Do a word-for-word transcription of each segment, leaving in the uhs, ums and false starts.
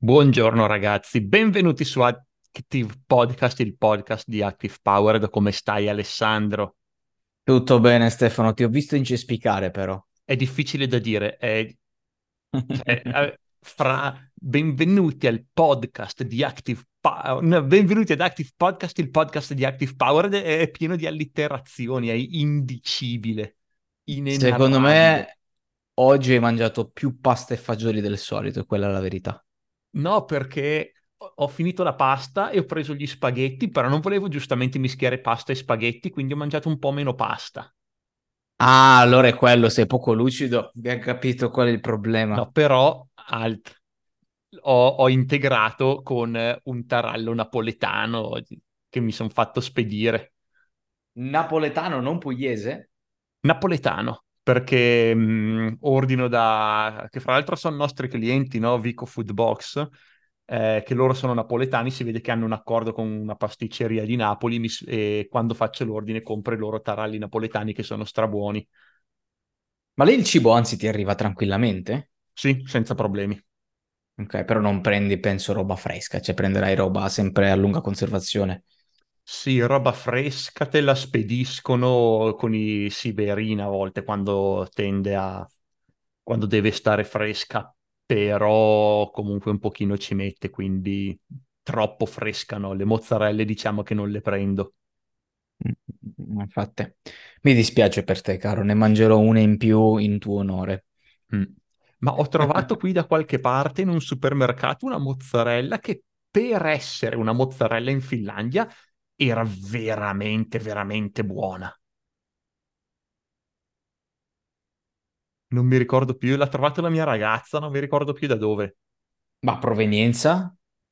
Buongiorno ragazzi, benvenuti su Active Podcast, il podcast di Active Powered. Come stai Alessandro? Tutto bene, Stefano, ti ho visto incespicare però. È difficile da dire, è, cioè, eh, fra benvenuti al podcast di Active Powered, benvenuti ad Active Podcast, il podcast di Active Powered è pieno di allitterazioni, è indicibile, Secondo inenarrabile. me oggi hai mangiato più pasta e fagioli del solito, e quella è la verità. No, perché ho ho finito la pasta e ho preso gli spaghetti, però non volevo giustamente mischiare pasta e spaghetti, quindi ho mangiato un po' meno pasta. Ah, allora è quello, sei poco lucido, abbiamo capito qual è il problema. No, però alt- ho, ho integrato con eh, un tarallo napoletano che mi sono fatto spedire. Napoletano, non pugliese? Napoletano, perché mh, ordino da... che fra l'altro sono nostri clienti, no? Vico Food Box, eh, che loro sono napoletani, si vede che hanno un accordo con una pasticceria di Napoli mi s- e quando faccio l'ordine compro i loro taralli napoletani che sono strabuoni. Ma lì il cibo anzi ti arriva tranquillamente? Sì, senza problemi. Ok, però non prendi, penso, roba fresca, cioè prenderai roba sempre a lunga conservazione. Sì, roba fresca te la spediscono con i Siberini a volte quando tende a... quando deve stare fresca, però comunque un pochino ci mette, quindi troppo fresca no. Le mozzarelle diciamo che non le prendo. Mm, Infatti, mi dispiace per te, caro, ne mangerò una in più in tuo onore. Mm. Ma ho trovato qui da qualche parte in un supermercato una mozzarella che per essere una mozzarella in Finlandia era veramente, veramente buona. Non mi ricordo più, l'ha trovata la mia ragazza, non mi ricordo più da dove. Ma provenienza?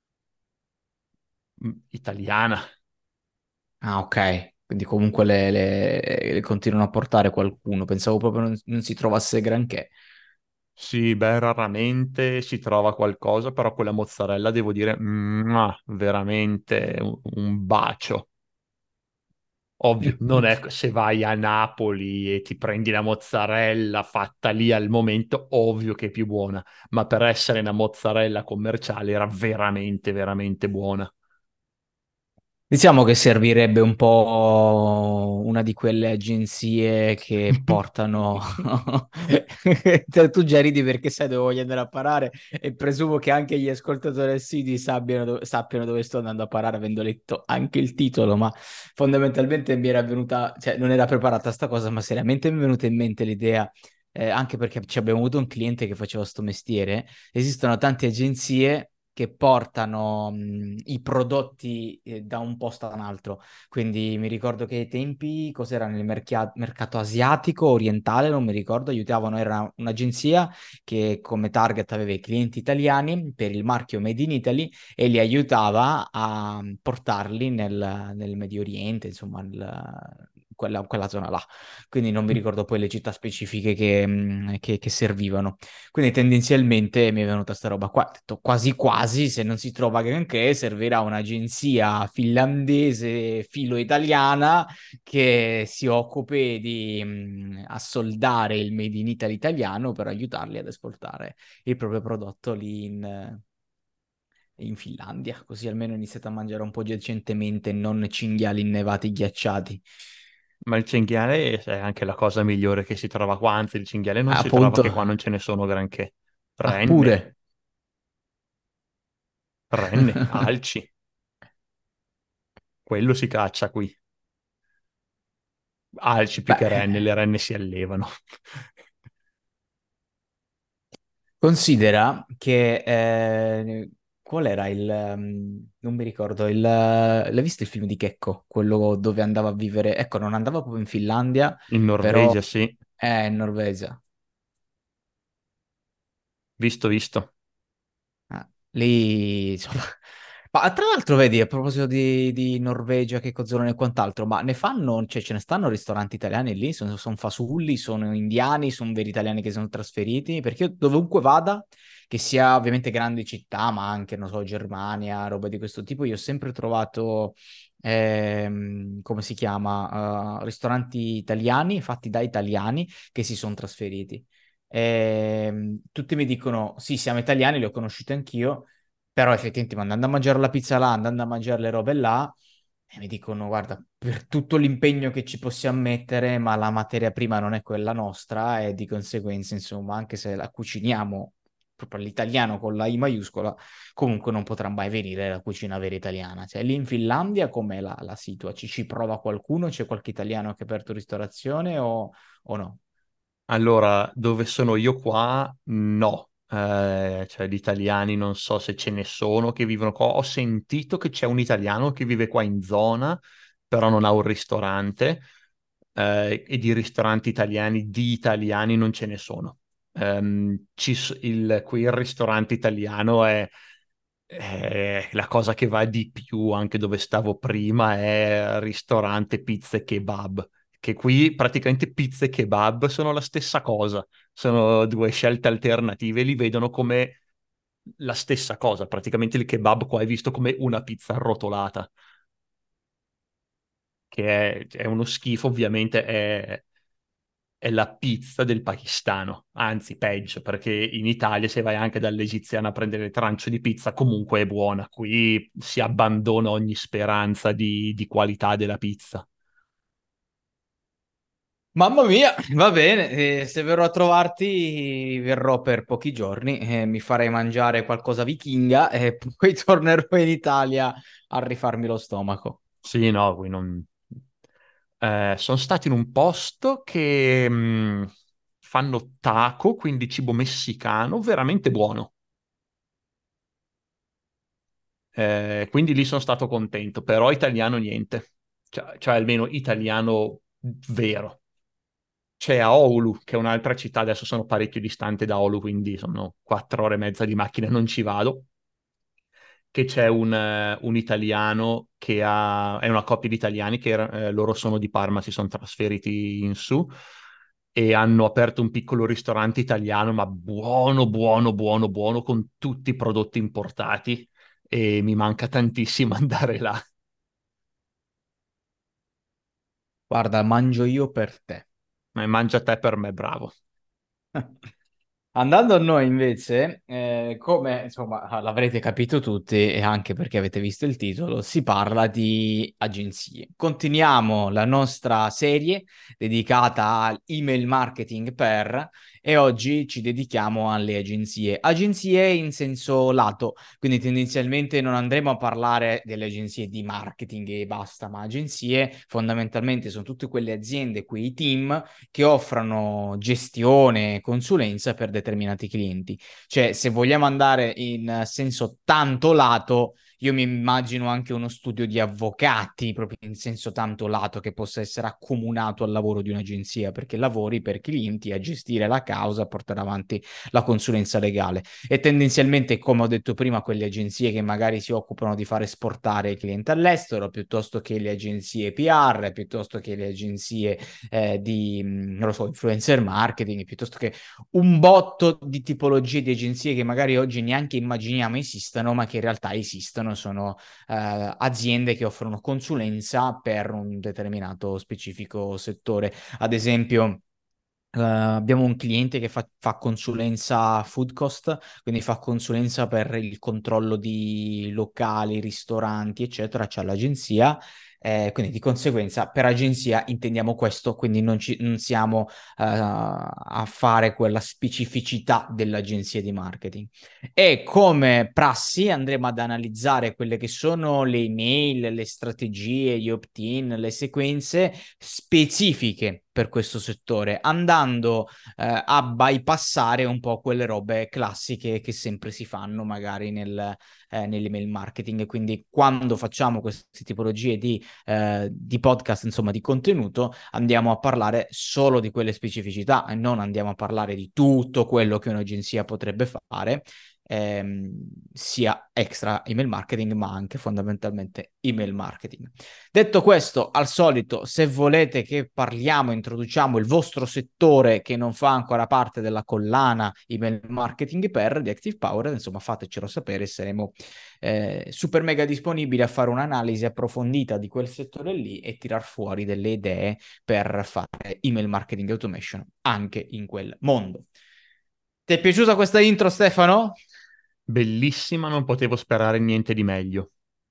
Mm, italiana. Ah, ok. Quindi comunque le, le- le continuano a portare qualcuno. Pensavo proprio non, non si trovasse granché. Sì, beh, raramente si trova qualcosa, però quella mozzarella devo dire, mua, veramente un, un bacio. Ovvio, non è se vai a Napoli e ti prendi la mozzarella fatta lì al momento, ovvio che è più buona, ma per essere una mozzarella commerciale era veramente, veramente buona. Diciamo che servirebbe un po' una di quelle agenzie che portano... Te- Tu già ridi perché sai dove voglio andare a parare e presumo che anche gli ascoltatori assidui sappiano, dove- sappiano dove sto andando a parare avendo letto anche il titolo, ma fondamentalmente mi era venuta, cioè non era preparata sta cosa, ma seriamente mi è venuta in mente l'idea, eh, anche perché ci abbiamo avuto un cliente che faceva sto mestiere. Esistono tante agenzie che portano mh, i prodotti eh, da un posto a un altro. Quindi mi ricordo che ai tempi, cos'era nel merchia- mercato asiatico, orientale, non mi ricordo, aiutavano, era un'agenzia che come target aveva i clienti italiani per il marchio Made in Italy e li aiutava a portarli nel, nel Medio Oriente, insomma, nel- quella, quella zona là. Quindi non mi ricordo poi le città specifiche che, mh, che che servivano. Quindi tendenzialmente mi è venuta sta roba qua. Ho detto quasi quasi, se non si trova granché, servirà un'agenzia finlandese filo-italiana che si occupi di mh, assoldare il Made in Italy italiano per aiutarli ad esportare il proprio prodotto lì in, in Finlandia. Così almeno iniziate a mangiare un po' decentemente e non cinghiali innevati ghiacciati. Ma il cinghiale è anche la cosa migliore che si trova qua, anzi il cinghiale non si trova Appunto, che qua non ce ne sono granché. ah, Renne, pure. renne, alci, quello si caccia qui. Alci più che renne, Beh, le renne si allevano. considera che eh, qual era il ehm, non mi ricordo il l'hai visto il film di Checco, quello dove andava a vivere, ecco, non andava proprio in Finlandia, In però Norvegia, sì, è in Norvegia. visto, visto. Ah, lì insomma. Ma tra l'altro vedi, a proposito di, di Norvegia, che cozzolone e quant'altro, ma ne fanno, cioè ce ne stanno ristoranti italiani lì? Sono, sono fasulli, sono indiani, sono veri italiani che sono trasferiti? Perché io dovunque vada, che sia ovviamente grandi città, ma anche, non so, Germania, roba di questo tipo, io ho sempre trovato, ehm, come si chiama, eh, ristoranti italiani, fatti da italiani, che si sono trasferiti. Ehm, tutti mi dicono, sì, siamo italiani, li ho conosciuti anch'io, Però effettivamente andando a mangiare la pizza là, andando a mangiare le robe là, e mi dicono, guarda, per tutto l'impegno che ci possiamo mettere, ma la materia prima non è quella nostra e di conseguenza, insomma, anche se la cuciniamo proprio all'italiano con la I maiuscola, comunque non potrà mai venire la cucina vera italiana. Cioè, lì in Finlandia com'è la, la situa? Ci, ci prova qualcuno? C'è qualche italiano che ha aperto ristorazione o, o no? Allora, dove sono io qua, no. Eh, cioè, di italiani non so se ce ne sono che vivono qua. Ho sentito che c'è un italiano che vive qua in zona, però non ha un ristorante. Eh, e di ristoranti italiani, di italiani non ce ne sono. Ehm, ci s- il, qui il ristorante italiano è, è la cosa che va di più, anche dove stavo prima, è ristorante pizza e kebab, che qui praticamente pizza e kebab sono la stessa cosa, sono due scelte alternative, li vedono come la stessa cosa, praticamente il kebab qua è visto come una pizza arrotolata, che è, è uno schifo, ovviamente è, è la pizza del pakistano, anzi peggio, perché in Italia se vai anche dall'egiziana a prendere il trancio di pizza comunque è buona, qui si abbandona ogni speranza di, di qualità della pizza. Mamma mia, va bene, eh, se verrò a trovarti verrò per pochi giorni, eh, mi farei mangiare qualcosa vichinga e poi tornerò in Italia a rifarmi lo stomaco. Sì, no, qui non... Eh, sono stato in un posto che mh, fanno taco, quindi cibo messicano, veramente buono. Eh, quindi lì sono stato contento, però italiano niente, cioè, cioè almeno italiano vero. C'è a Oulu, che è un'altra città, adesso sono parecchio distante da Oulu, quindi sono quattro ore e mezza di macchina, non ci vado, che c'è un, eh, un italiano che ha, è una coppia di italiani che eh, loro sono di Parma, si sono trasferiti in su e hanno aperto un piccolo ristorante italiano, ma buono, buono, buono, buono, con tutti i prodotti importati e mi manca tantissimo andare là. Guarda, mangio io per te. Ma mangia te per me, bravo. Andando a noi invece, eh, come insomma l'avrete capito tutti e anche perché avete visto il titolo, si parla di agenzie. Continuiamo la nostra serie dedicata al email marketing per e oggi ci dedichiamo alle agenzie. Agenzie in senso lato, quindi tendenzialmente non andremo a parlare delle agenzie di marketing e basta, ma agenzie fondamentalmente sono tutte quelle aziende, quei team che offrono gestione e consulenza per determinati clienti. Cioè, se vogliamo andare in senso tanto lato, io mi immagino anche uno studio di avvocati, proprio in senso tanto lato, che possa essere accomunato al lavoro di un'agenzia, perché lavori per clienti a gestire la causa, a portare avanti la consulenza legale. E tendenzialmente, come ho detto prima, quelle agenzie che magari si occupano di far esportare i clienti all'estero, piuttosto che le agenzie P R, piuttosto che le agenzie eh, di, mh, non lo so, influencer marketing, piuttosto che un botto di tipologie di agenzie che magari oggi neanche immaginiamo esistano, ma che in realtà esistono, sono eh, aziende che offrono consulenza per un determinato specifico settore. Ad esempio, Uh, abbiamo un cliente che fa, fa consulenza food cost, quindi fa consulenza per il controllo di locali, ristoranti, eccetera. C'è l'agenzia, eh, quindi di conseguenza per agenzia intendiamo questo, quindi non, ci, non siamo uh, a fare quella specificità dell'agenzia di marketing. E come prassi andremo ad analizzare quelle che sono le email, le strategie, gli opt-in, le sequenze specifiche per questo settore, andando eh, a bypassare un po' quelle robe classiche che sempre si fanno magari nel, eh, nell'email marketing. Quindi quando facciamo queste tipologie di, eh, di podcast, insomma di contenuto, andiamo a parlare solo di quelle specificità e non andiamo a parlare di tutto quello che un'agenzia potrebbe fare, ehm, sia extra email marketing, ma anche fondamentalmente email marketing. Detto questo, al solito, se volete che parliamo, introduciamo il vostro settore che non fa ancora parte della collana email marketing per di Active Power, insomma, fatecelo sapere, saremo eh, super mega disponibili a fare un'analisi approfondita di quel settore lì e tirar fuori delle idee per fare email marketing automation anche in quel mondo. Ti è piaciuta questa intro, Stefano? Bellissima, non potevo sperare niente di meglio.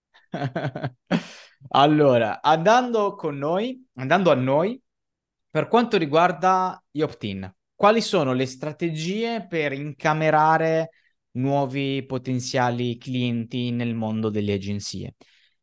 Allora, andando con noi, andando a noi, per quanto riguarda gli opt-in, quali sono le strategie per incamerare nuovi potenziali clienti nel mondo delle agenzie?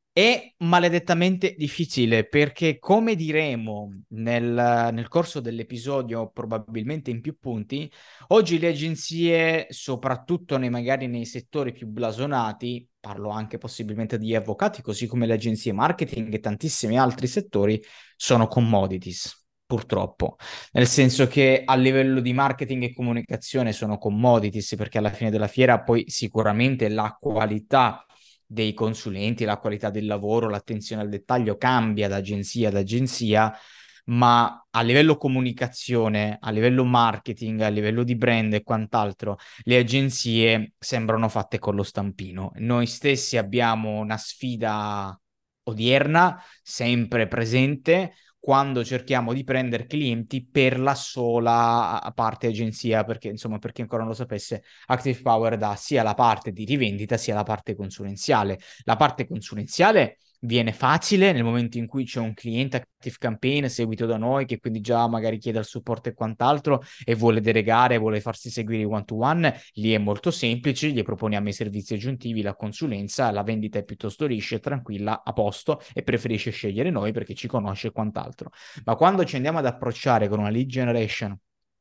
È maledettamente difficile perché, come diremo nel, nel corso dell'episodio, probabilmente in più punti, oggi le agenzie, soprattutto nei, magari nei settori più blasonati, parlo anche possibilmente di avvocati, così come le agenzie marketing e tantissimi altri settori, sono commodities. Purtroppo, nel senso che a livello di marketing e comunicazione sono commodities, perché alla fine della fiera poi sicuramente la qualità dei consulenti, la qualità del lavoro, l'attenzione al dettaglio cambia da agenzia ad agenzia, ma a livello comunicazione, a livello marketing, a livello di brand e quant'altro, le agenzie sembrano fatte con lo stampino. Noi stessi abbiamo una sfida odierna, sempre presente, quando cerchiamo di prendere clienti per la sola parte agenzia, perché insomma, per chi ancora non lo sapesse, Active Power dà sia la parte di rivendita sia la parte consulenziale. La parte consulenziale viene facile nel momento in cui c'è un cliente Active Campaign seguito da noi che quindi già magari chiede il supporto e quant'altro e vuole delegare, vuole farsi seguire one to one, lì è molto semplice, gli proponiamo i servizi aggiuntivi, la consulenza, la vendita è piuttosto liscia, tranquilla, a posto e preferisce scegliere noi perché ci conosce e quant'altro. Ma quando ci andiamo ad approcciare con una lead generation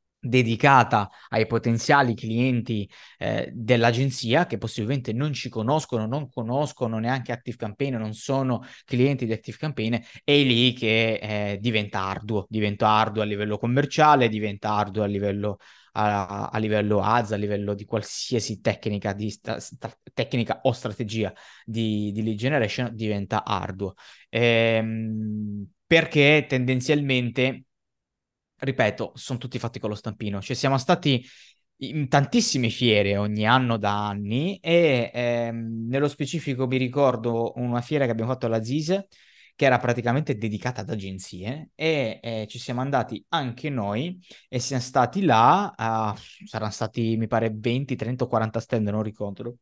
dedicata ai potenziali clienti eh, dell'agenzia che possibilmente non ci conoscono, non conoscono neanche Active Campaign, non sono clienti di Active Campaign, è lì che eh, diventa arduo, diventa arduo a livello commerciale, diventa arduo a livello a, a livello ads, a livello di qualsiasi tecnica, di sta, sta, tecnica o strategia di, di lead generation diventa arduo. Ehm, perché tendenzialmente ripeto, sono tutti fatti con lo stampino. Cioè, siamo stati in tantissime fiere ogni anno da anni e ehm, nello specifico mi ricordo una fiera che abbiamo fatto alla Zise che era praticamente dedicata ad agenzie e eh, ci siamo andati anche noi e siamo stati là, a, saranno stati mi pare venti, trenta o quaranta stand, non ricordo,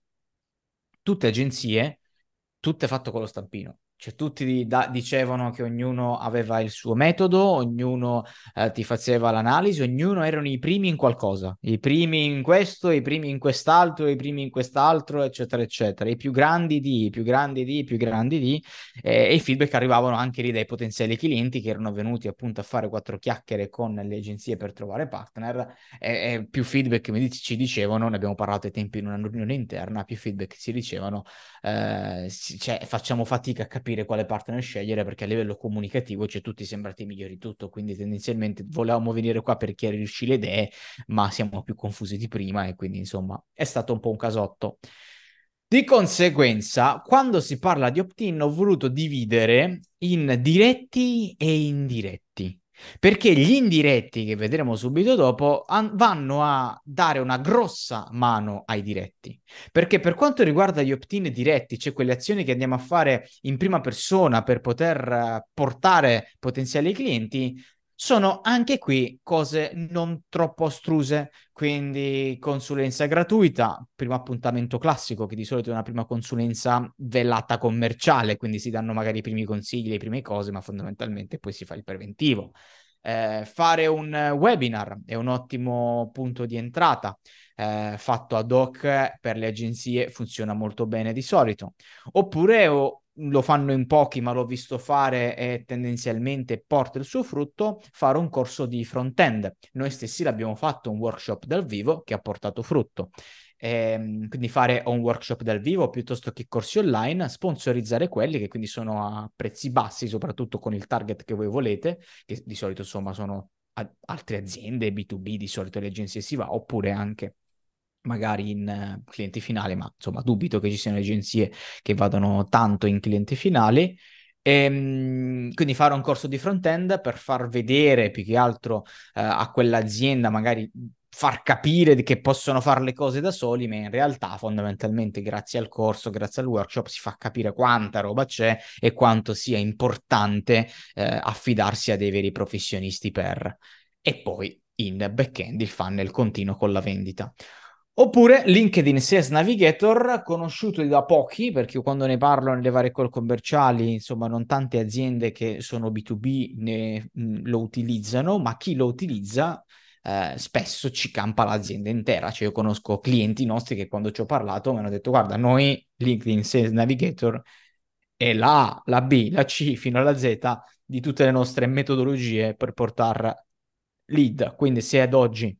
tutte agenzie, tutte fatte con lo stampino. Cioè, tutti di- da- dicevano che ognuno aveva il suo metodo, ognuno eh, ti faceva l'analisi, ognuno erano i primi in qualcosa, i primi in questo, i primi in quest'altro, i primi in quest'altro, eccetera, eccetera. I più grandi di, i più grandi di, i più grandi di, eh, e i feedback arrivavano anche lì dai potenziali clienti che erano venuti appunto a fare quattro chiacchiere con le agenzie per trovare partner e, e più feedback mi dic- ci dicevano, ne abbiamo parlato ai tempi in una riunione interna, più feedback ci dicevano, eh, si- cioè, facciamo fatica a capire quale partner scegliere perché a livello comunicativo cioè, tutti sembrate migliori di tutto, quindi tendenzialmente volevamo venire qua per chiarirci le idee, ma siamo più confusi di prima e quindi insomma è stato un po' un casotto. Di conseguenza, quando si parla di opt-in, ho voluto dividere in diretti e indiretti. Perché gli indiretti, che vedremo subito dopo, an- vanno a dare una grossa mano ai diretti. Perché per quanto riguarda gli opt-in diretti, cioè quelle azioni che andiamo a fare in prima persona per poter eh, portare potenziali clienti, sono anche qui cose non troppo astruse, quindi consulenza gratuita, primo appuntamento classico, che di solito è una prima consulenza velata commerciale, quindi si danno magari i primi consigli, le prime cose, ma fondamentalmente poi si fa il preventivo. Eh, fare un webinar è un ottimo punto di entrata, eh, fatto ad hoc per le agenzie funziona molto bene di solito. Oppure o, lo fanno in pochi, ma l'ho visto fare e tendenzialmente porta il suo frutto, fare un corso di front-end. Noi stessi l'abbiamo fatto, un workshop dal vivo che ha portato frutto. Ehm, quindi fare un workshop dal vivo piuttosto che corsi online, sponsorizzare quelli che quindi sono a prezzi bassi, soprattutto con il target che voi volete, che di solito insomma sono a- altre aziende, B due B, di solito le agenzie si va, oppure anche magari in eh, clienti finali, ma insomma dubito che ci siano agenzie che vadano tanto in clienti finali. Ehm, quindi fare un corso di front-end per far vedere più che altro eh, a quell'azienda, magari far capire di che possono fare le cose da soli, ma in realtà fondamentalmente grazie al corso, grazie al workshop si fa capire quanta roba c'è e quanto sia importante eh, affidarsi a dei veri professionisti per... E poi in back-end il funnel continuo con la vendita. Oppure LinkedIn Sales Navigator, conosciuto da pochi, perché io quando ne parlo nelle varie call commerciali, insomma, non tante aziende che sono B due B ne, mh, lo utilizzano, ma chi lo utilizza eh, spesso ci campa l'azienda intera. Cioè io conosco clienti nostri che quando ci ho parlato mi hanno detto, guarda, noi LinkedIn Sales Navigator è la A, la B, la C fino alla Z di tutte le nostre metodologie per portare lead. Quindi se ad oggi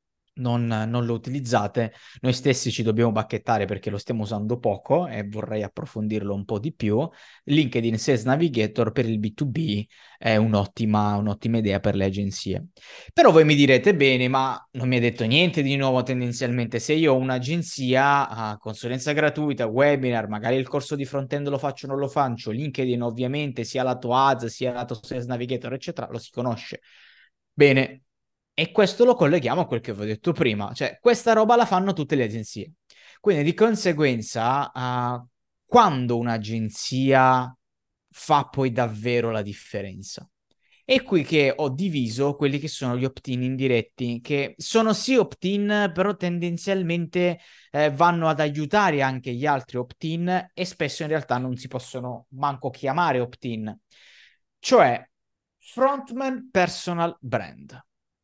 non, non lo utilizzate, noi stessi ci dobbiamo bacchettare perché lo stiamo usando poco e vorrei approfondirlo un po' di più. LinkedIn Sales Navigator per il B due B è un'ottima, un'ottima idea per le agenzie. Però voi mi direte, bene, ma non mi hai detto niente di nuovo tendenzialmente. Se io ho un'agenzia a consulenza gratuita, webinar, magari il corso di front-end lo faccio o non lo faccio, LinkedIn ovviamente sia lato ads, sia lato Sales Navigator, eccetera, lo si conosce. Bene, e questo lo colleghiamo a quel che vi ho detto prima, cioè questa roba la fanno tutte le agenzie. Quindi di conseguenza, uh, quando un'agenzia fa poi davvero la differenza? È qui che ho diviso quelli che sono gli opt-in indiretti, che sono sì opt-in, però tendenzialmente eh, vanno ad aiutare anche gli altri opt-in e spesso in realtà non si possono manco chiamare opt-in. Cioè, frontman personal brand.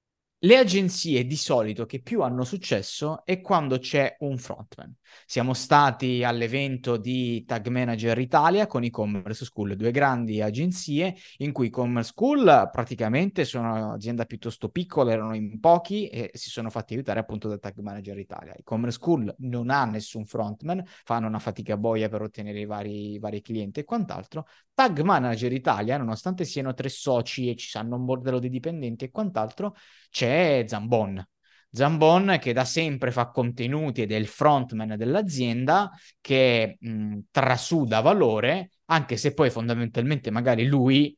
Le agenzie di solito che più hanno successo è quando c'è un frontman. Siamo stati all'evento di Tag Manager Italia con e-commerce school, due grandi agenzie in cui e-commerce school praticamente sono un'azienda piuttosto piccola, erano in pochi e si sono fatti aiutare appunto da Tag Manager Italia. E-commerce school non ha nessun frontman, fanno una fatica boia per ottenere i vari, i vari clienti e quant'altro. Tag Manager Italia, nonostante siano tre soci e ci hanno un bordello di dipendenti e quant'altro, c'è Zambon. Zambon che da sempre fa contenuti ed è il frontman dell'azienda che mh, trasuda valore, anche se poi fondamentalmente magari lui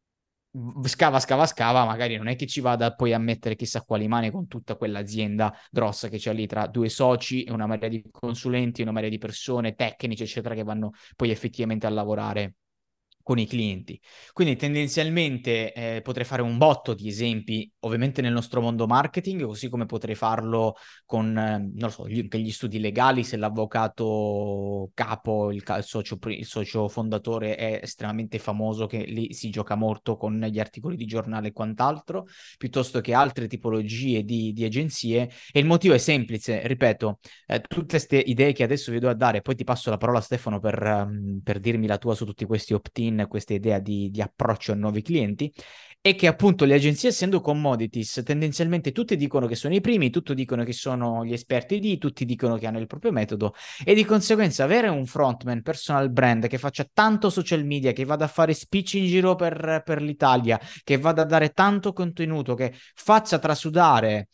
scava, scava, scava, magari non è che ci vada poi a mettere chissà quali mani con tutta quell'azienda grossa che c'è lì tra due soci e una marea di consulenti, una marea di persone, tecnici, eccetera, che vanno poi effettivamente a lavorare con i clienti. Quindi tendenzialmente eh, potrei fare un botto di esempi, ovviamente nel nostro mondo marketing, così come potrei farlo con, eh, non lo so, gli, anche gli studi legali, se l'avvocato capo, il, il, socio, il socio fondatore è estremamente famoso, che lì si gioca molto con gli articoli di giornale e quant'altro, piuttosto che altre tipologie di, di agenzie. E il motivo è semplice, ripeto, eh, tutte queste idee che adesso vi do a dare, poi ti passo la parola Stefano per, um, per dirmi la tua su tutti questi opt-in, questa idea di, di approccio a nuovi clienti, e che appunto le agenzie essendo commodities, tendenzialmente tutti dicono che sono i primi, tutti dicono che sono gli esperti di, tutti dicono che hanno il proprio metodo e di conseguenza avere un frontman, personal brand che faccia tanto social media, che vada a fare speech in giro per, per l'Italia, che vada a dare tanto contenuto, che faccia trasudare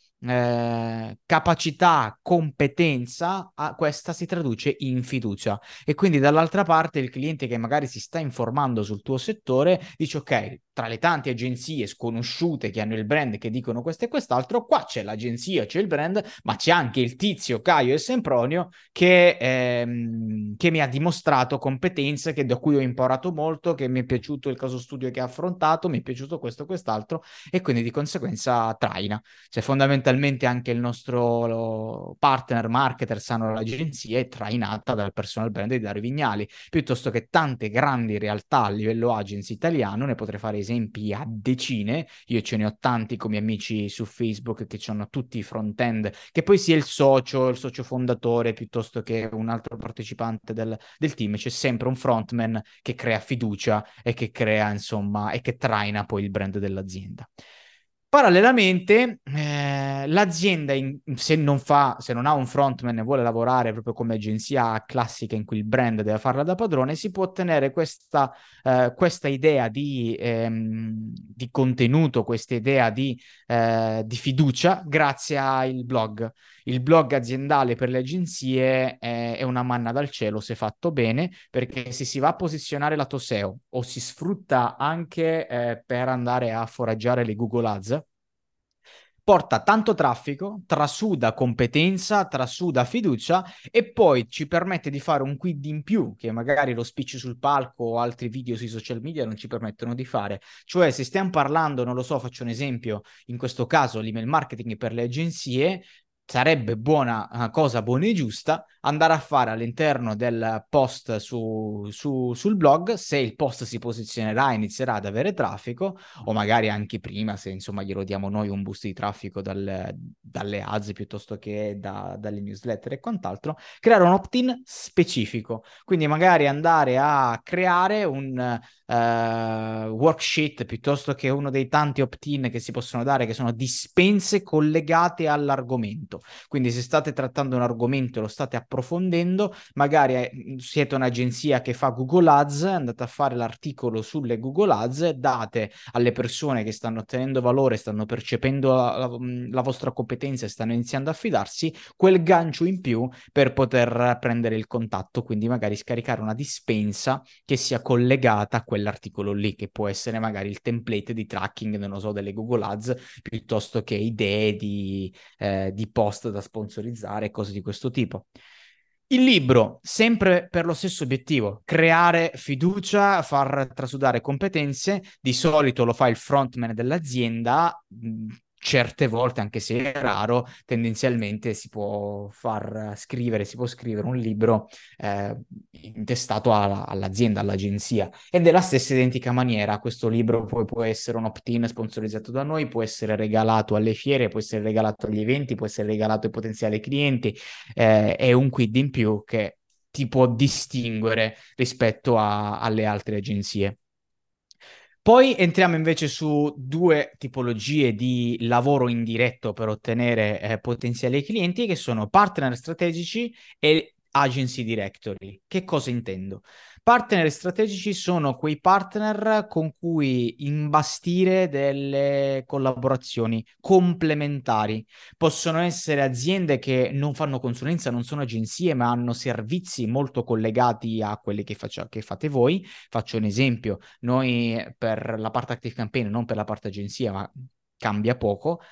eh, capacità, competenza, a questa si traduce in fiducia. E quindi dall'altra parte il cliente che magari si sta informando sul tuo settore dice ok, tra le tante agenzie sconosciute che hanno il brand che dicono questo e quest'altro, qua c'è l'agenzia, c'è il brand, ma c'è anche il tizio Caio e Sempronio che, ehm, che mi ha dimostrato competenze, che, da cui ho imparato molto, che mi è piaciuto il caso studio che ha affrontato, mi è piaciuto questo e quest'altro, e quindi di conseguenza traina. Cioè, fondamentalmente anche il nostro partner marketer Sano l'agenzia è trainata dal personal brand di Dario Vignali, piuttosto che tante grandi realtà a livello agency italiano, ne potrei fare esempi a decine, io ce ne ho tanti come amici su Facebook che hanno tutti i front-end, che poi sia il socio, il socio fondatore, piuttosto che un altro partecipante del, del team, c'è sempre un frontman che crea fiducia e che crea, insomma, e che traina poi il brand dell'azienda. Parallelamente, eh, l'azienda, in- se non fa, se non ha un frontman e vuole lavorare proprio come agenzia classica in cui il brand deve farla da padrone, si può ottenere questa, eh, questa idea di, ehm, di contenuto, questa idea di, eh, di fiducia grazie al blog. Il blog aziendale per le agenzie è, è una manna dal cielo se fatto bene, perché se si va a posizionare lato S E O o si sfrutta anche eh, per andare a foraggiare le Google Ads, porta tanto traffico, trasuda competenza, trasuda fiducia e poi ci permette di fare un quid in più che magari lo speech sul palco o altri video sui social media non ci permettono di fare. Cioè, se stiamo parlando, non lo so, faccio un esempio, in questo caso l'email marketing per le agenzie, sarebbe buona una cosa buona e giusta andare a fare all'interno del post su, su- sul blog, se il post si posizionerà, inizierà ad avere traffico, o magari anche prima, se insomma glielo diamo noi un boost di traffico dal- dalle ads piuttosto che da- dalle newsletter e quant'altro, creare un opt-in specifico. Quindi magari andare a creare un eh, worksheet piuttosto che uno dei tanti opt-in che si possono dare, che sono dispense collegate all'argomento. Quindi se state trattando un argomento e lo state approfondendo, magari eh, siete un'agenzia che fa Google Ads, andate a fare l'articolo sulle Google Ads, date alle persone che stanno ottenendo valore, stanno percependo la, la, la vostra competenza e stanno iniziando a fidarsi, quel gancio in più per poter prendere il contatto, quindi magari scaricare una dispensa che sia collegata a quell'articolo lì, che può essere magari il template di tracking, non lo so, delle Google Ads, piuttosto che idee di, eh, di post da sponsorizzare, cose di questo tipo. Il libro, sempre per lo stesso obiettivo, creare fiducia, far trasudare competenze, di solito lo fa il frontman dell'azienda, mh, certe volte, anche se è raro, tendenzialmente si può far scrivere, si può scrivere un libro eh, intestato alla, all'azienda, all'agenzia. Ed è la stessa identica maniera, questo libro poi può essere un opt-in sponsorizzato da noi, può essere regalato alle fiere, può essere regalato agli eventi, può essere regalato ai potenziali clienti, eh, è un quid in più che ti può distinguere rispetto a- alle altre agenzie. Poi entriamo invece su due tipologie di lavoro indiretto per ottenere eh, potenziali clienti, che sono partner strategici e agency directory. Che cosa intendo? Partner strategici sono quei partner con cui imbastire delle collaborazioni complementari. Possono essere aziende che non fanno consulenza, non sono agenzie, ma hanno servizi molto collegati a quelli che, faccia- che fate voi. Faccio un esempio: noi per la parte Active Campaign, non per la parte agenzia, ma cambia poco,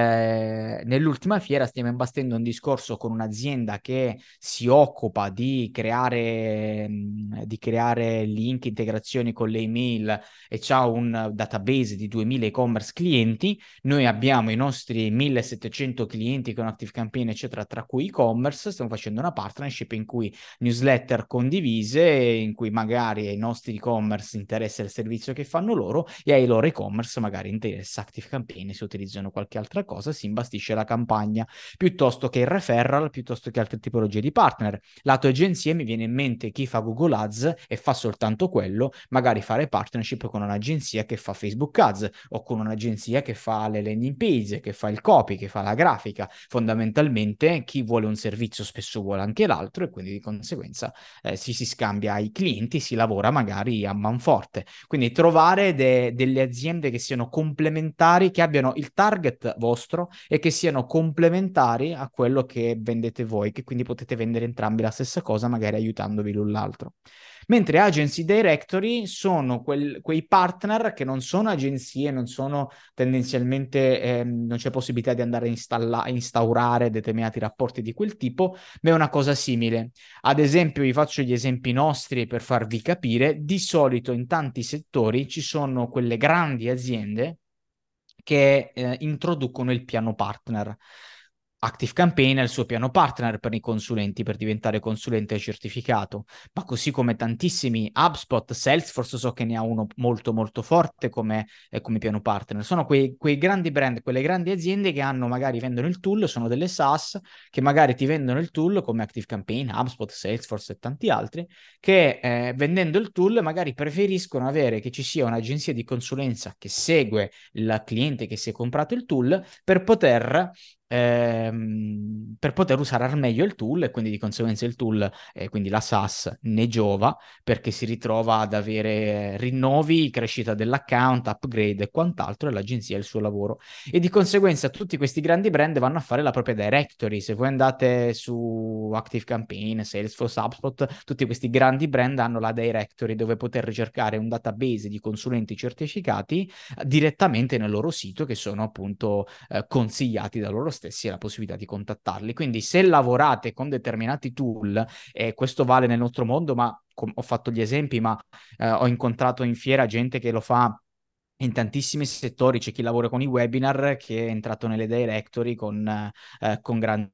eh, nell'ultima fiera stiamo imbastendo un discorso con un'azienda che si occupa di creare, mh, di creare link, integrazioni con le email e c'ha un database di duemila e-commerce clienti. Noi abbiamo i nostri millesettecento clienti con Active Campaign, eccetera, tra cui e-commerce. Stiamo facendo una partnership in cui newsletter condivise, in cui magari ai nostri e-commerce interessa il servizio che fanno loro e ai loro e-commerce magari interessa Active Campaign, se utilizzano qualche altra cosa si imbastisce la campagna, piuttosto che il referral, piuttosto che altre tipologie di partner. Lato agenzie mi viene in mente chi fa Google Ads e fa soltanto quello, magari fare partnership con un'agenzia che fa Facebook Ads o con un'agenzia che fa le landing page, che fa il copy, che fa la grafica. Fondamentalmente chi vuole un servizio spesso vuole anche l'altro e quindi di conseguenza eh, si, si scambia i clienti, si lavora magari a manforte. Quindi trovare de- delle aziende che siano complementari, che abbiano il target vostro e che siano complementari a quello che vendete voi, che quindi potete vendere entrambi la stessa cosa, magari aiutandovi l'un l'altro. Mentre agency directory sono quel- quei partner che non sono agenzie, non sono tendenzialmente, ehm, non c'è possibilità di andare a, installa- a instaurare determinati rapporti di quel tipo, ma è una cosa simile. Ad esempio, vi faccio gli esempi nostri per farvi capire. Di solito in tanti settori ci sono quelle grandi aziende che eh, introducono il piano partner. Active Campaign è il suo piano partner per i consulenti, per diventare consulente certificato, ma così come tantissimi HubSpot, Salesforce so che ne ha uno molto molto forte come, eh, come piano partner. Sono quei, quei grandi brand, quelle grandi aziende che hanno magari vendono il tool, sono delle SaaS che magari ti vendono il tool come Active Campaign, HubSpot, Salesforce e tanti altri, che eh, vendendo il tool magari preferiscono avere che ci sia un'agenzia di consulenza che segue il cliente che si è comprato il tool per poter ehm, per poter usare al meglio il tool e quindi di conseguenza il tool, eh, quindi la SaaS, ne giova perché si ritrova ad avere rinnovi, crescita dell'account, upgrade e quant'altro e l'agenzia è il suo lavoro. E di conseguenza tutti questi grandi brand vanno a fare la propria directory. Se voi andate su Active Campaign, Salesforce, HubSpot, tutti questi grandi brand hanno la directory dove poter ricercare un database di consulenti certificati eh, direttamente nel loro sito che sono appunto eh, consigliati da loro stessi e la possibilità di contattarli. Quindi se lavorate con determinati tool, e questo vale nel nostro mondo, ma com- ho fatto gli esempi, ma eh, ho incontrato in fiera gente che lo fa in tantissimi settori c'è chi lavora con i webinar che è entrato nelle directory con, eh, con grandi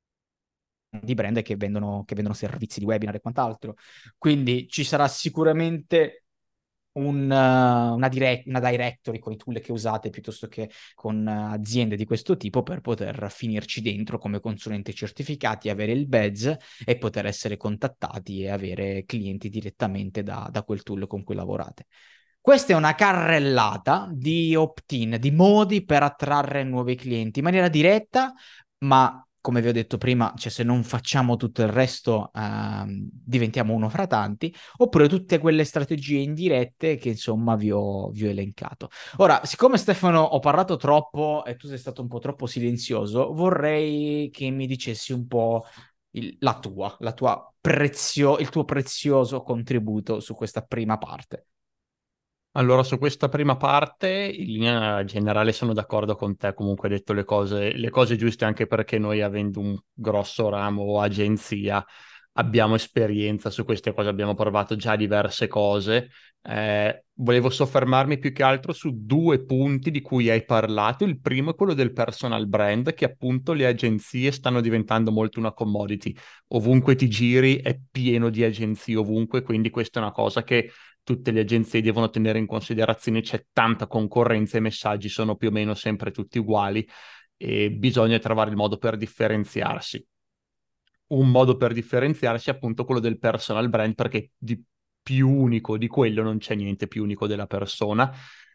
brand che vendono, che vendono servizi di webinar e quant'altro. Quindi ci sarà sicuramente un, uh, una, direct, una directory con i tool che usate piuttosto che con uh, aziende di questo tipo per poter finirci dentro come consulenti certificati, avere il badge e poter essere contattati e avere clienti direttamente da, da quel tool con cui lavorate. Questa è una carrellata di opt-in, di modi per attrarre nuovi clienti in maniera diretta, ma come vi ho detto prima, cioè se non facciamo tutto il resto, ehm, diventiamo uno fra tanti, oppure tutte quelle strategie indirette che insomma vi ho, vi ho elencato. Ora, siccome Stefano ho parlato troppo e tu sei stato un po' troppo silenzioso, vorrei che mi dicessi un po' il- la tua, la tua prezio, il tuo prezioso contributo su questa prima parte. Allora, su questa prima parte, in linea generale sono d'accordo con te, comunque hai detto le cose, le cose giuste, anche perché noi, avendo un grosso ramo o agenzia, abbiamo esperienza su queste cose, abbiamo provato già diverse cose. Eh, volevo soffermarmi più che altro su due punti di cui hai parlato. Il primo è quello del personal brand, che appunto le agenzie stanno diventando molto una commodity. Ovunque ti giri è pieno di agenzie ovunque, quindi questa è una cosa che tutte le agenzie devono tenere in considerazione. C'è tanta concorrenza, i messaggi sono più o meno sempre tutti uguali e bisogna trovare il modo per differenziarsi. Un modo per differenziarsi è appunto quello del personal brand, perché di più unico di quello non c'è niente più unico della persona.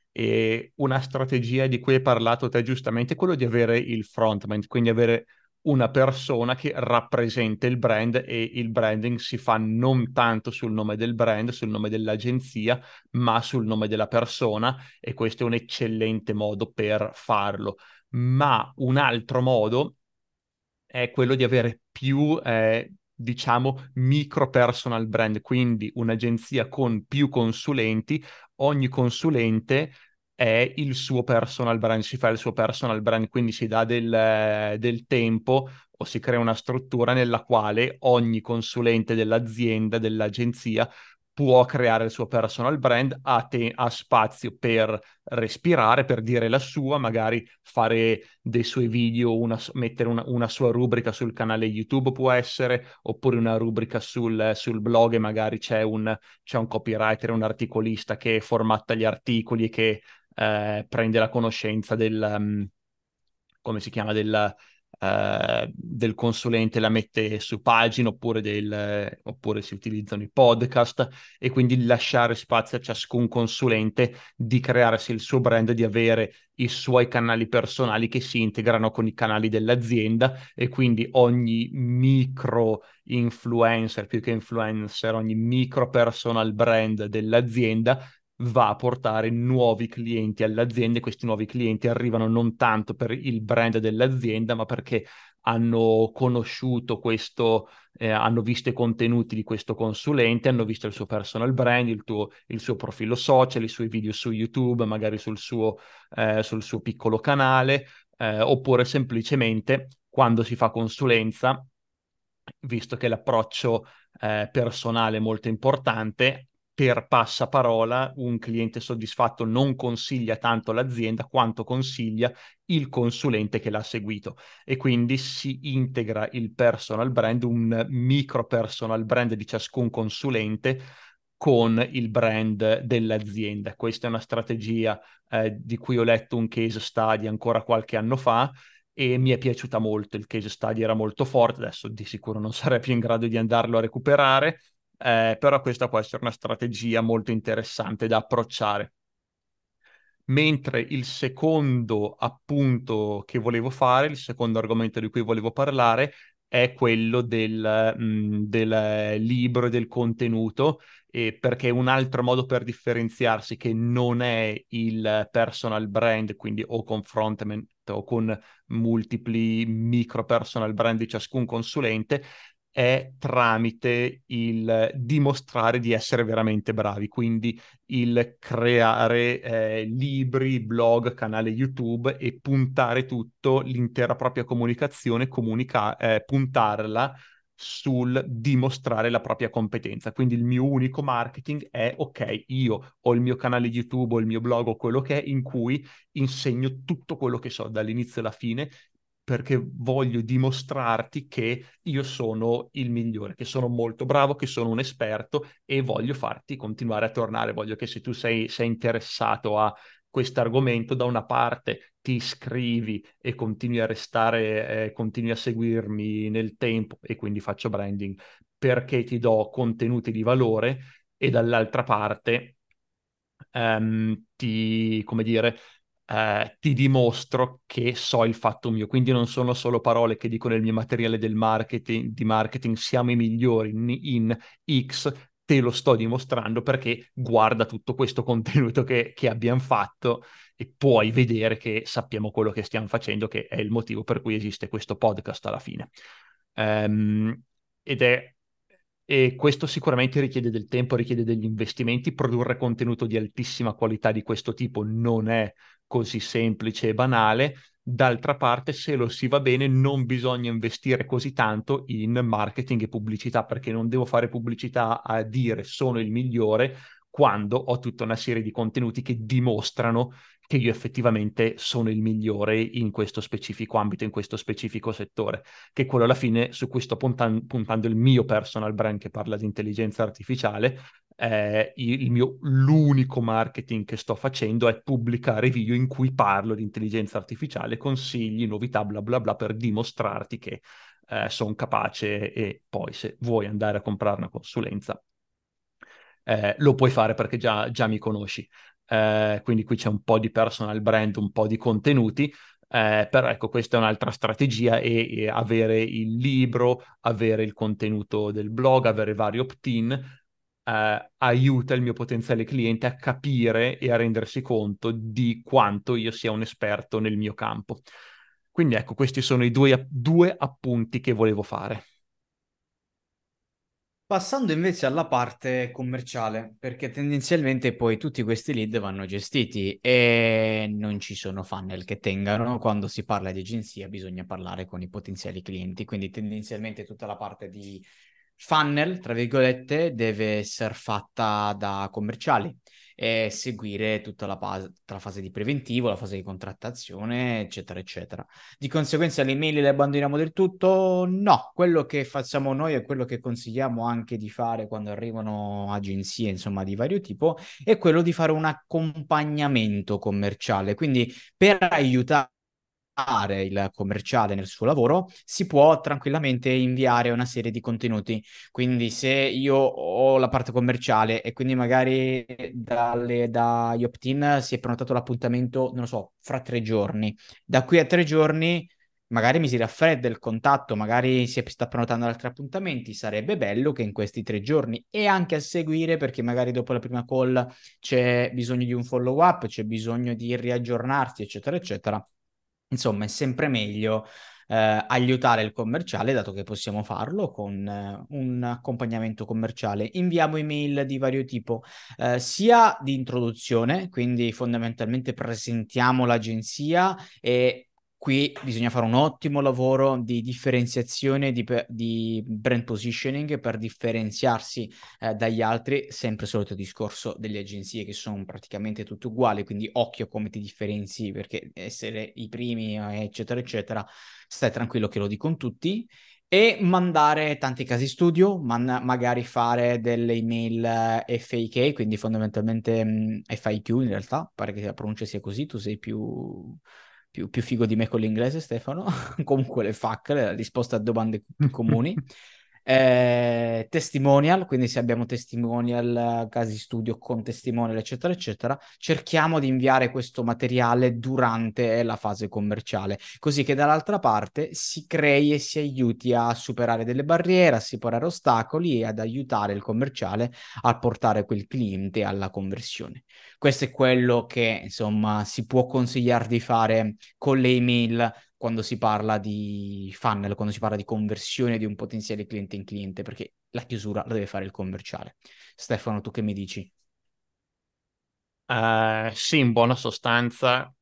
E una strategia di cui hai parlato te giustamente è quello di avere il frontman, quindi avere una persona che rappresenta il brand, e il branding si fa non tanto sul nome del brand, sul nome dell'agenzia, ma sul nome della persona, e questo è un eccellente modo per farlo. Ma un altro modo è quello di avere più, eh, diciamo, micro personal brand, quindi un'agenzia con più consulenti. Ogni consulente è il suo personal brand, si fa il suo personal brand, quindi si dà del, eh, del tempo o si crea una struttura nella quale ogni consulente dell'azienda, dell'agenzia, può creare il suo personal brand, ha, te- ha spazio per respirare, per dire la sua, magari fare dei suoi video, una- mettere una, una sua rubrica sul canale YouTube può essere, oppure una rubrica sul, sul blog, e magari c'è un, c'è un copywriter, un articolista che formatta gli articoli e che eh, prende la conoscenza del, um, come si chiama, del, eh, del consulente, la mette su pagina, oppure, del, oppure si utilizzano i podcast, e quindi lasciare spazio a ciascun consulente di crearsi il suo brand, di avere i suoi canali personali che si integrano con i canali dell'azienda, e quindi ogni micro influencer, più che influencer, ogni micro personal brand dell'azienda va a portare nuovi clienti all'azienda, e questi nuovi clienti arrivano non tanto per il brand dell'azienda, ma perché hanno conosciuto questo, eh, hanno visto i contenuti di questo consulente, hanno visto il suo personal brand, il, tuo, il suo profilo social, i suoi video su YouTube, magari sul suo, eh, sul suo piccolo canale, eh, oppure semplicemente quando si fa consulenza, visto che l'approccio eh, personale è molto importante, per passaparola un cliente soddisfatto non consiglia tanto l'azienda quanto consiglia il consulente che l'ha seguito, e quindi si integra il personal brand, un micro personal brand di ciascun consulente con il brand dell'azienda. Questa è una strategia eh, di cui ho letto un case study ancora qualche anno fa e mi è piaciuta molto. Il case study era molto forte, adesso di sicuro non sarei più in grado di andarlo a recuperare, eh, però questa può essere una strategia molto interessante da approcciare. Mentre il secondo appunto che volevo fare, il secondo argomento di cui volevo parlare, è quello del, mh, del libro e del contenuto, e perché è un altro modo per differenziarsi, che non è il personal brand, quindi o con frontman o con multipli micro personal brand di ciascun consulente, è tramite il dimostrare di essere veramente bravi, quindi il creare eh, libri, blog, canale YouTube, e puntare tutto, l'intera propria comunicazione, comunica- eh, puntarla sul dimostrare la propria competenza. Quindi il mio unico marketing è, ok, io ho il mio canale YouTube o il mio blog o quello che è, in cui insegno tutto quello che so dall'inizio alla fine, perché voglio dimostrarti che io sono il migliore, che sono molto bravo, che sono un esperto e voglio farti continuare a tornare. Voglio che se tu sei, sei interessato a questo argomento, da una parte ti iscrivi e continui a restare, eh, continui a seguirmi nel tempo e quindi faccio branding perché ti do contenuti di valore, e dall'altra parte ehm, ti, come dire, eh, ti dimostro che so il fatto mio. Quindi non sono solo parole che dico nel mio materiale del marketing, di marketing, siamo i migliori in, in X, te lo sto dimostrando perché guarda tutto questo contenuto che, che abbiamo fatto e puoi vedere che sappiamo quello che stiamo facendo, che è il motivo per cui esiste questo podcast alla fine. Ehm, ed è e questo sicuramente richiede del tempo, richiede degli investimenti. Produrre contenuto di altissima qualità di questo tipo non è così semplice e banale. D'altra parte, se lo si va bene, non bisogna investire così tanto in marketing e pubblicità, perché non devo fare pubblicità a dire sono il migliore quando ho tutta una serie di contenuti che dimostrano che io effettivamente sono il migliore in questo specifico ambito, in questo specifico settore, che è quello alla fine su cui sto puntan- puntando il mio personal brand che parla di intelligenza artificiale. Eh, il mio, l'unico marketing che sto facendo è pubblicare video in cui parlo di intelligenza artificiale, consigli, novità, bla bla bla, per dimostrarti che eh, sono capace, e poi se vuoi andare a comprare una consulenza eh, lo puoi fare perché già, già mi conosci. Eh, quindi qui c'è un po' di personal brand, un po' di contenuti, eh, però ecco, questa è un'altra strategia, e, e avere il libro, avere il contenuto del blog, avere vari opt-in, eh, aiuta il mio potenziale cliente a capire e a rendersi conto di quanto io sia un esperto nel mio campo. Quindi ecco, questi sono i due, due appunti che volevo fare. Passando invece alla parte commerciale, perché tendenzialmente poi tutti questi lead vanno gestiti e non ci sono funnel che tengano. Quando si parla di agenzia bisogna parlare con i potenziali clienti, quindi tendenzialmente tutta la parte di funnel, tra virgolette, deve essere fatta da commerciali e seguire tutta la, pas- la fase di preventivo, la fase di contrattazione, eccetera, eccetera. Di conseguenza le email le abbandoniamo del tutto? No, quello che facciamo noi e quello che consigliamo anche di fare quando arrivano agenzie, insomma, di vario tipo, è quello di fare un accompagnamento commerciale. Quindi per aiutare il commerciale nel suo lavoro, si può tranquillamente inviare una serie di contenuti. Quindi se io ho la parte commerciale e quindi magari dalle, dagli opt-in si è prenotato l'appuntamento, non lo so, fra tre giorni. Da qui a tre giorni magari mi si raffredda il contatto, magari si sta prenotando altri appuntamenti. Sarebbe bello che in questi tre giorni e anche a seguire, perché magari dopo la prima call c'è bisogno di un follow up, c'è bisogno di riaggiornarsi, eccetera, eccetera. Insomma, è sempre meglio eh, aiutare il commerciale, dato che possiamo farlo con eh, un accompagnamento commerciale. Inviamo email di vario tipo, eh, sia di introduzione, quindi fondamentalmente presentiamo l'agenzia, e qui bisogna fare un ottimo lavoro di differenziazione, di, pe- di brand positioning per differenziarsi eh, dagli altri. Sempre il solito discorso delle agenzie che sono praticamente tutte uguali, quindi occhio come ti differenzi, perché essere i primi, eh, eccetera, eccetera, stai tranquillo che lo dicono tutti. E mandare tanti casi studio, man- magari fare delle email eh, F A Q, quindi fondamentalmente mh, F A Q in realtà, pare che la pronuncia sia così, tu sei più, più, più figo di me con l'inglese, Stefano. Comunque le F A Q, la risposta a domande comuni. Eh, testimonial, quindi se abbiamo testimonial, casi studio con testimonial, eccetera, eccetera, cerchiamo di inviare questo materiale durante la fase commerciale, così che dall'altra parte si crei e si aiuti a superare delle barriere, a superare ostacoli e ad aiutare il commerciale a portare quel cliente alla conversione. Questo è quello che, insomma, si può consigliare di fare con le email quando si parla di funnel, quando si parla di conversione di un potenziale cliente in cliente, perché la chiusura la deve fare il commerciale. Stefano, tu che mi dici? Eh, sì, in buona sostanza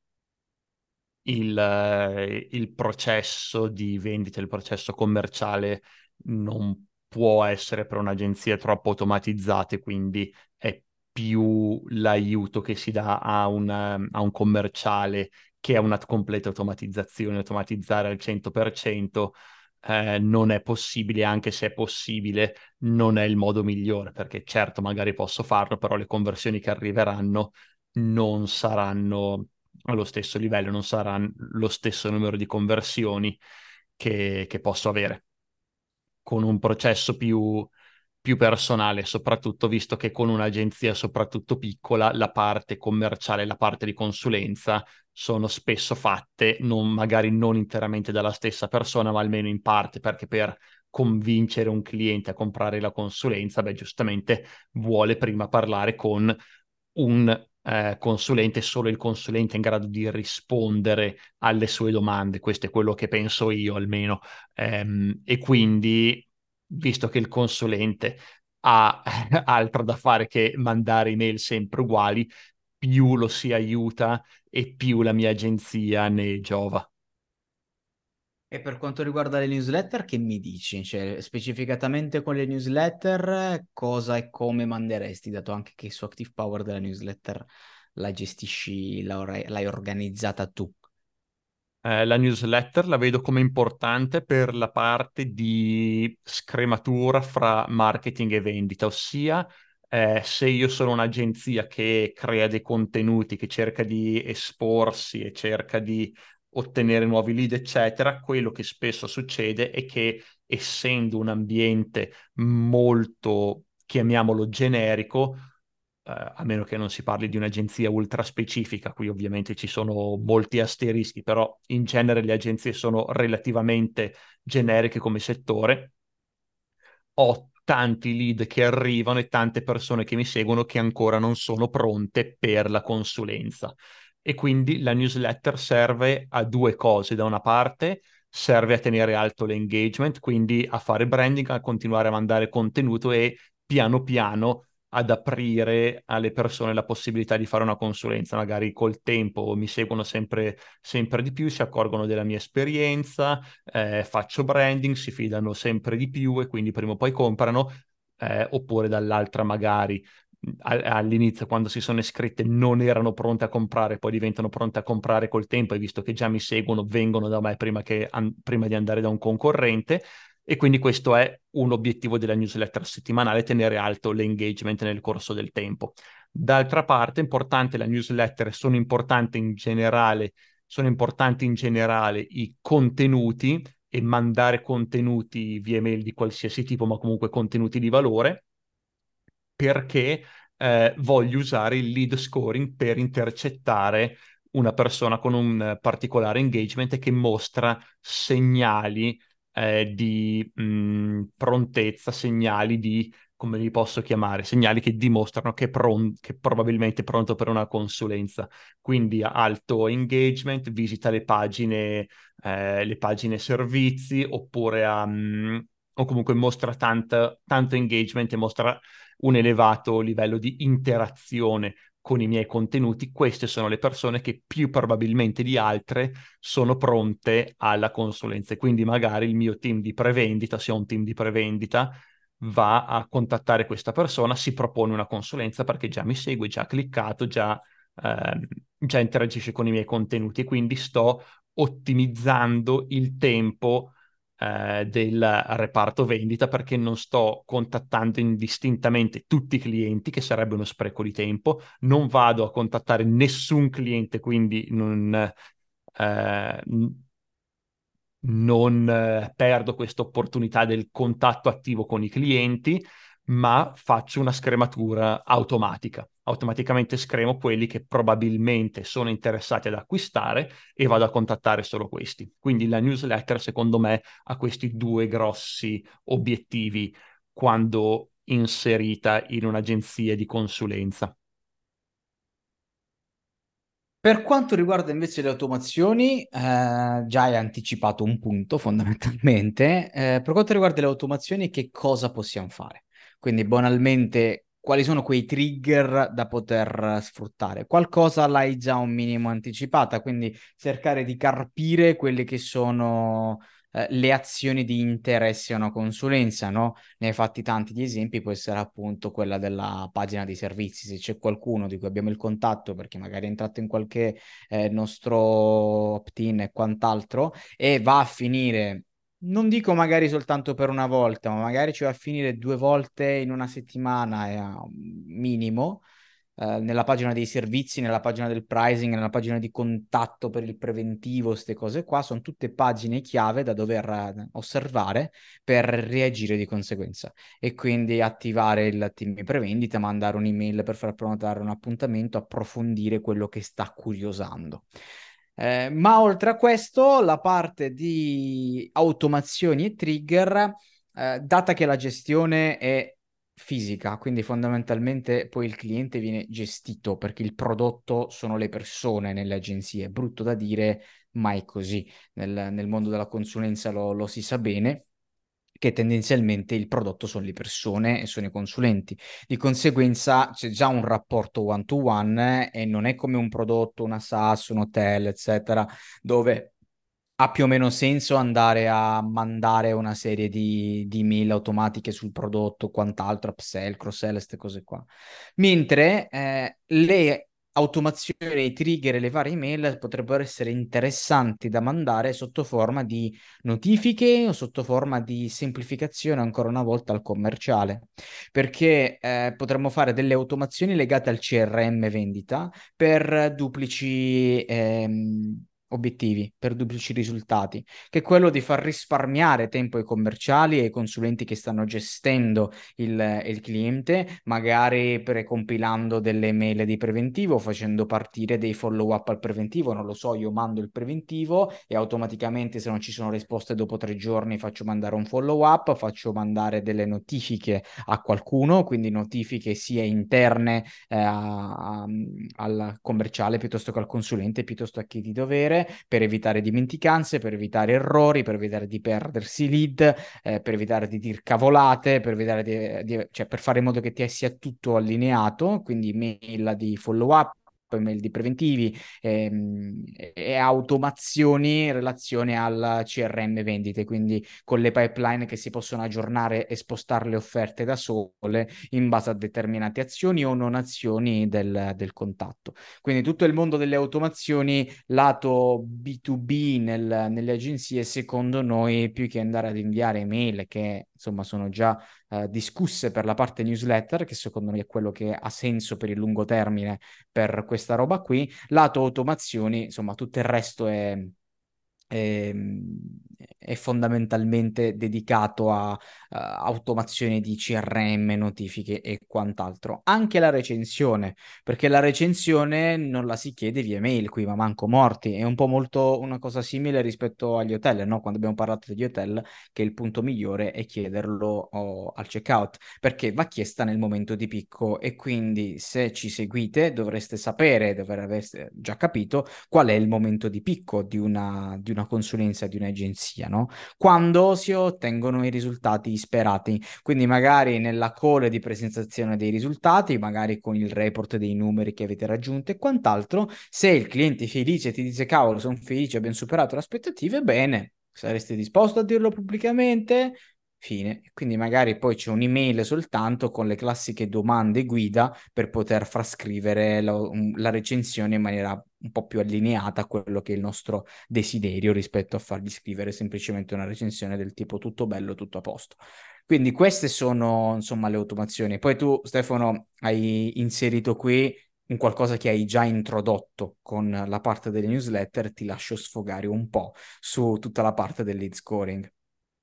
il, eh, il processo di vendita, il processo commerciale non può essere per un'agenzia troppo automatizzate, quindi è più l'aiuto che si dà a un, a un commerciale che a una completa automatizzazione. Automatizzare al cento per cento eh, non è possibile, anche se è possibile, non è il modo migliore, perché certo magari posso farlo, però le conversioni che arriveranno non saranno allo stesso livello, non saranno lo stesso numero di conversioni che, che posso avere con un processo più, più personale, soprattutto visto che con un'agenzia soprattutto piccola la parte commerciale e la parte di consulenza sono spesso fatte non, magari non interamente dalla stessa persona, ma almeno in parte, perché per convincere un cliente a comprare la consulenza, beh, giustamente vuole prima parlare con un eh, consulente, solo il consulente è in grado di rispondere alle sue domande. Questo è quello che penso io almeno. Ehm, e quindi, visto che il consulente ha altro da fare che mandare email sempre uguali, più lo si aiuta e più la mia agenzia ne giova. E per quanto riguarda le newsletter, che mi dici? Cioè, specificatamente con le newsletter, cosa e come manderesti, dato anche che su Active Power della newsletter la gestisci, la or- l'hai organizzata tu? Eh, la newsletter la vedo come importante per la parte di scrematura fra marketing e vendita, ossia eh, se io sono un'agenzia che crea dei contenuti, che cerca di esporsi e cerca di ottenere nuovi lead, eccetera, quello che spesso succede è che essendo un ambiente molto, chiamiamolo generico, eh, a meno che non si parli di un'agenzia ultra specifica, qui ovviamente ci sono molti asterischi, però in genere le agenzie sono relativamente generiche come settore. Ho tanti lead che arrivano e tante persone che mi seguono che ancora non sono pronte per la consulenza. E quindi la newsletter serve a due cose. Da una parte serve a tenere alto l'engagement, quindi a fare branding, a continuare a mandare contenuto e piano piano ad aprire alle persone la possibilità di fare una consulenza. Magari col tempo mi seguono sempre, sempre di più, si accorgono della mia esperienza, eh, faccio branding, si fidano sempre di più e quindi prima o poi comprano, eh, oppure dall'altra magari mh, a- all'inizio quando si sono iscritte non erano pronte a comprare, poi diventano pronte a comprare col tempo e visto che già mi seguono vengono da me prima, che an- prima di andare da un concorrente. E quindi questo è un obiettivo della newsletter settimanale, tenere alto l'engagement nel corso del tempo. D'altra parte, è importante la newsletter, sono importanti in generale, sono importanti in generale i contenuti e mandare contenuti via mail di qualsiasi tipo, ma comunque contenuti di valore, perché eh, voglio usare il lead scoring per intercettare una persona con un eh, particolare engagement e che mostra segnali eh, di mh, prontezza, segnali di, come li posso chiamare, segnali che dimostrano che, è pron- che probabilmente è pronto per una consulenza. Quindi alto engagement, visita le pagine, eh, le pagine servizi, oppure ha, mh, o comunque mostra tanta, tanto engagement e mostra un elevato livello di interazione con i miei contenuti. Queste sono le persone che più probabilmente di altre sono pronte alla consulenza. E quindi magari il mio team di prevendita, se ho un team di prevendita, va a contattare questa persona, si propone una consulenza perché già mi segue, già ha cliccato, già, ehm, già interagisce con i miei contenuti e quindi sto ottimizzando il tempo eh, del reparto vendita perché non sto contattando indistintamente tutti i clienti, che sarebbe uno spreco di tempo, non vado a contattare nessun cliente, quindi non, eh, non eh, perdo questa opportunità del contatto attivo con i clienti, ma faccio una scrematura automatica. Automaticamente scremo quelli che probabilmente sono interessati ad acquistare e vado a contattare solo questi. Quindi la newsletter, secondo me, ha questi due grossi obiettivi quando inserita in un'agenzia di consulenza. Per quanto riguarda invece le automazioni, eh, già hai anticipato un punto fondamentalmente. Eh, per quanto riguarda le automazioni, che cosa possiamo fare? Quindi, banalmente, quali sono quei trigger da poter sfruttare? Qualcosa l'hai già un minimo anticipata, quindi cercare di carpire quelle che sono eh, le azioni di interesse a una consulenza, no? Ne hai fatti tanti di esempi, può essere appunto quella della pagina di servizi, se c'è qualcuno di cui abbiamo il contatto perché magari è entrato in qualche eh, nostro opt-in e quant'altro e va a finire, non dico magari soltanto per una volta, ma magari ci va a finire due volte in una settimana, eh, minimo, eh, nella pagina dei servizi, nella pagina del pricing, nella pagina di contatto per il preventivo, queste cose qua, sono tutte pagine chiave da dover eh, osservare per reagire di conseguenza e quindi attivare il team prevendita, mandare un'email per far prenotare un appuntamento, approfondire quello che sta curiosando. Eh, ma oltre a questo, la parte di automazioni e trigger, eh, data che la gestione è fisica, quindi fondamentalmente poi il cliente viene gestito perché il prodotto sono le persone nelle agenzie. È brutto da dire, ma è così. Nel, nel mondo della consulenza lo, lo si sa bene che tendenzialmente il prodotto sono le persone e sono i consulenti. Di conseguenza c'è già un rapporto one to one e non è come un prodotto, una SaaS, un hotel, eccetera, dove ha più o meno senso andare a mandare una serie di, di email automatiche sul prodotto, quant'altro, upsell, cross-sell, queste cose qua. Mentre eh, le automazioni, i trigger e le varie email potrebbero essere interessanti da mandare sotto forma di notifiche o sotto forma di semplificazione ancora una volta al commerciale, perché eh, potremmo fare delle automazioni legate al C R M vendita per duplici ehm, obiettivi, per duplici risultati, che è quello di far risparmiare tempo ai commerciali e ai consulenti che stanno gestendo il, il cliente, magari precompilando delle mail di preventivo, facendo partire dei follow up al preventivo, non lo so, io mando il preventivo e automaticamente se non ci sono risposte dopo tre giorni faccio mandare un follow up, faccio mandare delle notifiche a qualcuno, quindi notifiche sia interne eh, a- a- al commerciale piuttosto che al consulente, piuttosto a chi di dovere, per evitare dimenticanze, per evitare errori, per evitare di perdersi lead, eh, per evitare di dir cavolate, per evitare di, di- cioè per fare in modo che ti sia tutto allineato, quindi mail di follow up, mail di preventivi ehm, e, e automazioni in relazione al C R M vendite, quindi con le pipeline che si possono aggiornare e spostare le offerte da sole in base a determinate azioni o non azioni del, del contatto. Quindi tutto il mondo delle automazioni lato B due B nel, nelle agenzie, secondo noi, più che andare ad inviare email che insomma sono già eh, discusse per la parte newsletter, che secondo me è quello che ha senso per il lungo termine per questa roba qui, lato automazioni, insomma tutto il resto è è, è fondamentalmente dedicato a, a automazione di C R M, notifiche e quant'altro. Anche la recensione, perché la recensione non la si chiede via mail qui, ma manco morti. È un po' molto una cosa simile rispetto agli hotel, no? Quando abbiamo parlato degli hotel, che il punto migliore è chiederlo oh, al checkout, perché va chiesta nel momento di picco e quindi se ci seguite dovreste sapere, dovreste già capito qual è il momento di picco di una, di una consulenza, di un'agenzia, no? Quando si ottengono i risultati sperati. Quindi magari nella call di presentazione dei risultati, magari con il report dei numeri che avete raggiunto e quant'altro, se il cliente è felice e ti dice cavolo, sono felice, abbiamo superato le aspettative, bene, saresti disposto a dirlo pubblicamente? Fine. Quindi magari poi c'è un'email soltanto con le classiche domande guida per poter far scrivere la, un- la recensione in maniera un po' più allineata a quello che è il nostro desiderio rispetto a fargli scrivere semplicemente una recensione del tipo tutto bello, tutto a posto. Quindi queste sono insomma le automazioni. Poi tu, Stefano, hai inserito qui un qualcosa che hai già introdotto con la parte delle newsletter, ti lascio sfogare un po' su tutta la parte del lead scoring.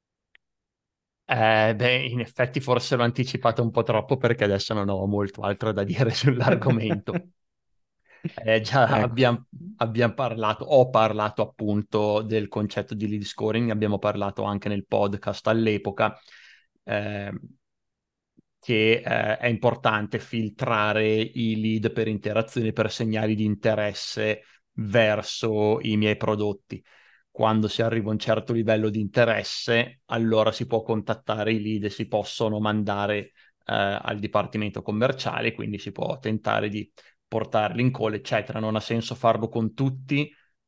Eh, beh, in effetti forse l'ho anticipato un po' troppo perché adesso non ho molto altro da dire sull'argomento. Eh, già Ecco. abbiamo abbiam parlato, ho parlato appunto del concetto di lead scoring, ne abbiamo parlato anche nel podcast all'epoca, eh, che eh, è importante filtrare i lead per interazioni, per segnali di interesse verso i miei prodotti. Quando si arriva a un certo livello di interesse, allora si può contattare i lead e si possono mandare eh, al dipartimento commerciale, quindi si può tentare di portarli in call, eccetera. Non ha senso farlo con tutti,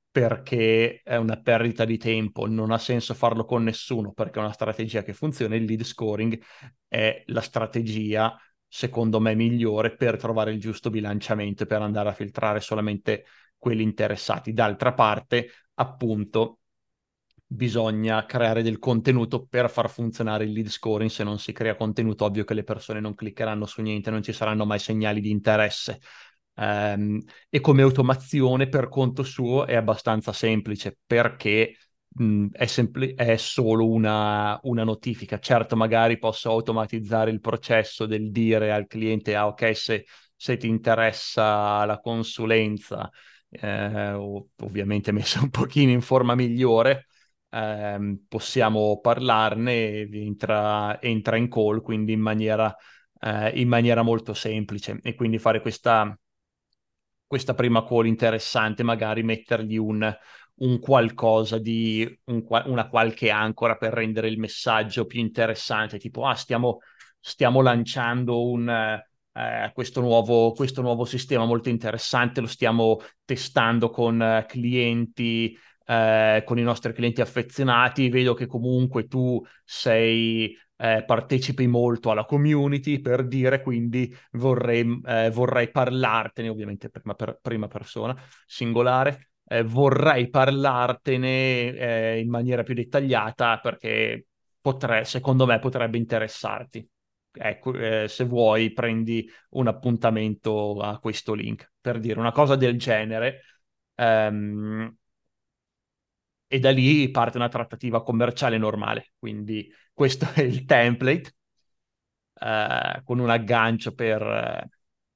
perché è una perdita di tempo, non ha senso farlo con nessuno perché è una strategia che funziona. Il lead scoring è la strategia, secondo me, migliore per trovare il giusto bilanciamento e per andare a filtrare solamente quelli interessati. D'altra parte, appunto, bisogna creare del contenuto per far funzionare il lead scoring. Se non si crea contenuto, ovvio che le persone non cliccheranno su niente, non ci saranno mai segnali di interesse. Ehm, e come automazione per conto suo è abbastanza semplice perché mh, è, sempli- è solo una, una notifica. Certo, magari posso automatizzare il processo del dire al cliente, ah, ok, se, se ti interessa la consulenza, eh, ov- ovviamente messa un pochino in forma migliore, ehm, possiamo parlarne, entra, entra in call, quindi in maniera, eh, in maniera molto semplice. E quindi fare questa, questa prima call interessante, magari mettergli un, un qualcosa di, un qua- una qualche ancora per rendere il messaggio più interessante, tipo, ah, stiamo, stiamo lanciando un... eh, questo nuovo, questo nuovo sistema molto interessante, lo stiamo testando con eh, clienti, eh, con i nostri clienti affezionati. Vedo che comunque tu sei, eh, partecipi molto alla community, per dire, quindi vorrei, eh, vorrei parlartene, ovviamente prima, per, prima persona, singolare, eh, vorrei parlartene eh, in maniera più dettagliata perché potre- secondo me potrebbe interessarti. Ecco, eh, se vuoi prendi un appuntamento a questo link, per dire una cosa del genere. Ehm, e da lì parte una trattativa commerciale normale. Quindi questo è il template, eh, con un aggancio per, eh,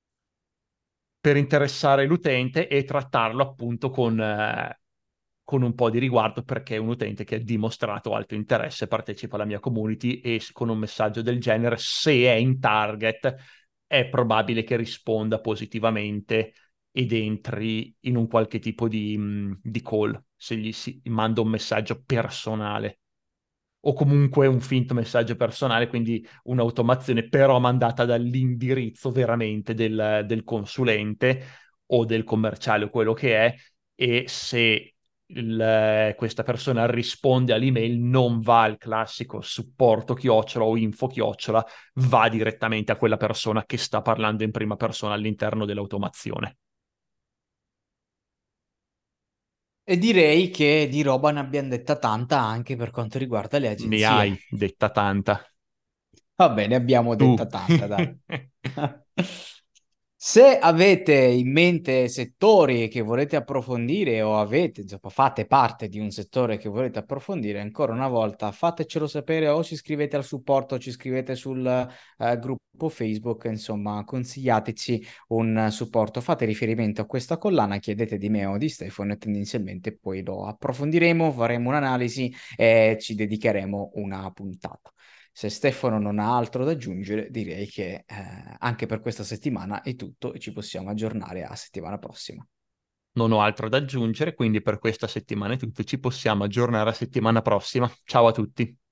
per interessare l'utente e trattarlo appunto con, eh, con un po' di riguardo perché è un utente che ha dimostrato alto interesse, partecipa alla mia community e s- con un messaggio del genere, se è in target, è probabile che risponda positivamente ed entri in un qualche tipo di, mh, di call, se gli si manda un messaggio personale o comunque un finto messaggio personale, quindi un'automazione però mandata dall'indirizzo veramente del, del consulente o del commerciale o quello che è, e se il- questa persona risponde all'email non va al classico supporto chiocciola o info chiocciola, va direttamente a quella persona che sta parlando in prima persona all'interno dell'automazione. E direi che di roba ne abbiamo detta tanta anche per quanto riguarda le Ne agenzie. hai detta tanta. Va bene, abbiamo Tu. detta tanta, dai. Se avete in mente settori che volete approfondire o avete, insomma, fate parte di un settore che volete approfondire, ancora una volta fatecelo sapere o ci scrivete al supporto o ci scrivete sul eh, gruppo Facebook, insomma, consigliateci un eh, supporto. Fate riferimento a questa collana, chiedete di me o di Stefano e tendenzialmente poi lo approfondiremo, faremo un'analisi e ci dedicheremo una puntata. Se Stefano non ha altro da aggiungere, direi che eh, anche per questa settimana è tutto e ci possiamo aggiornare a settimana prossima. Non ho altro da aggiungere, quindi per questa settimana è tutto. Ci possiamo aggiornare la settimana prossima. Ciao a tutti.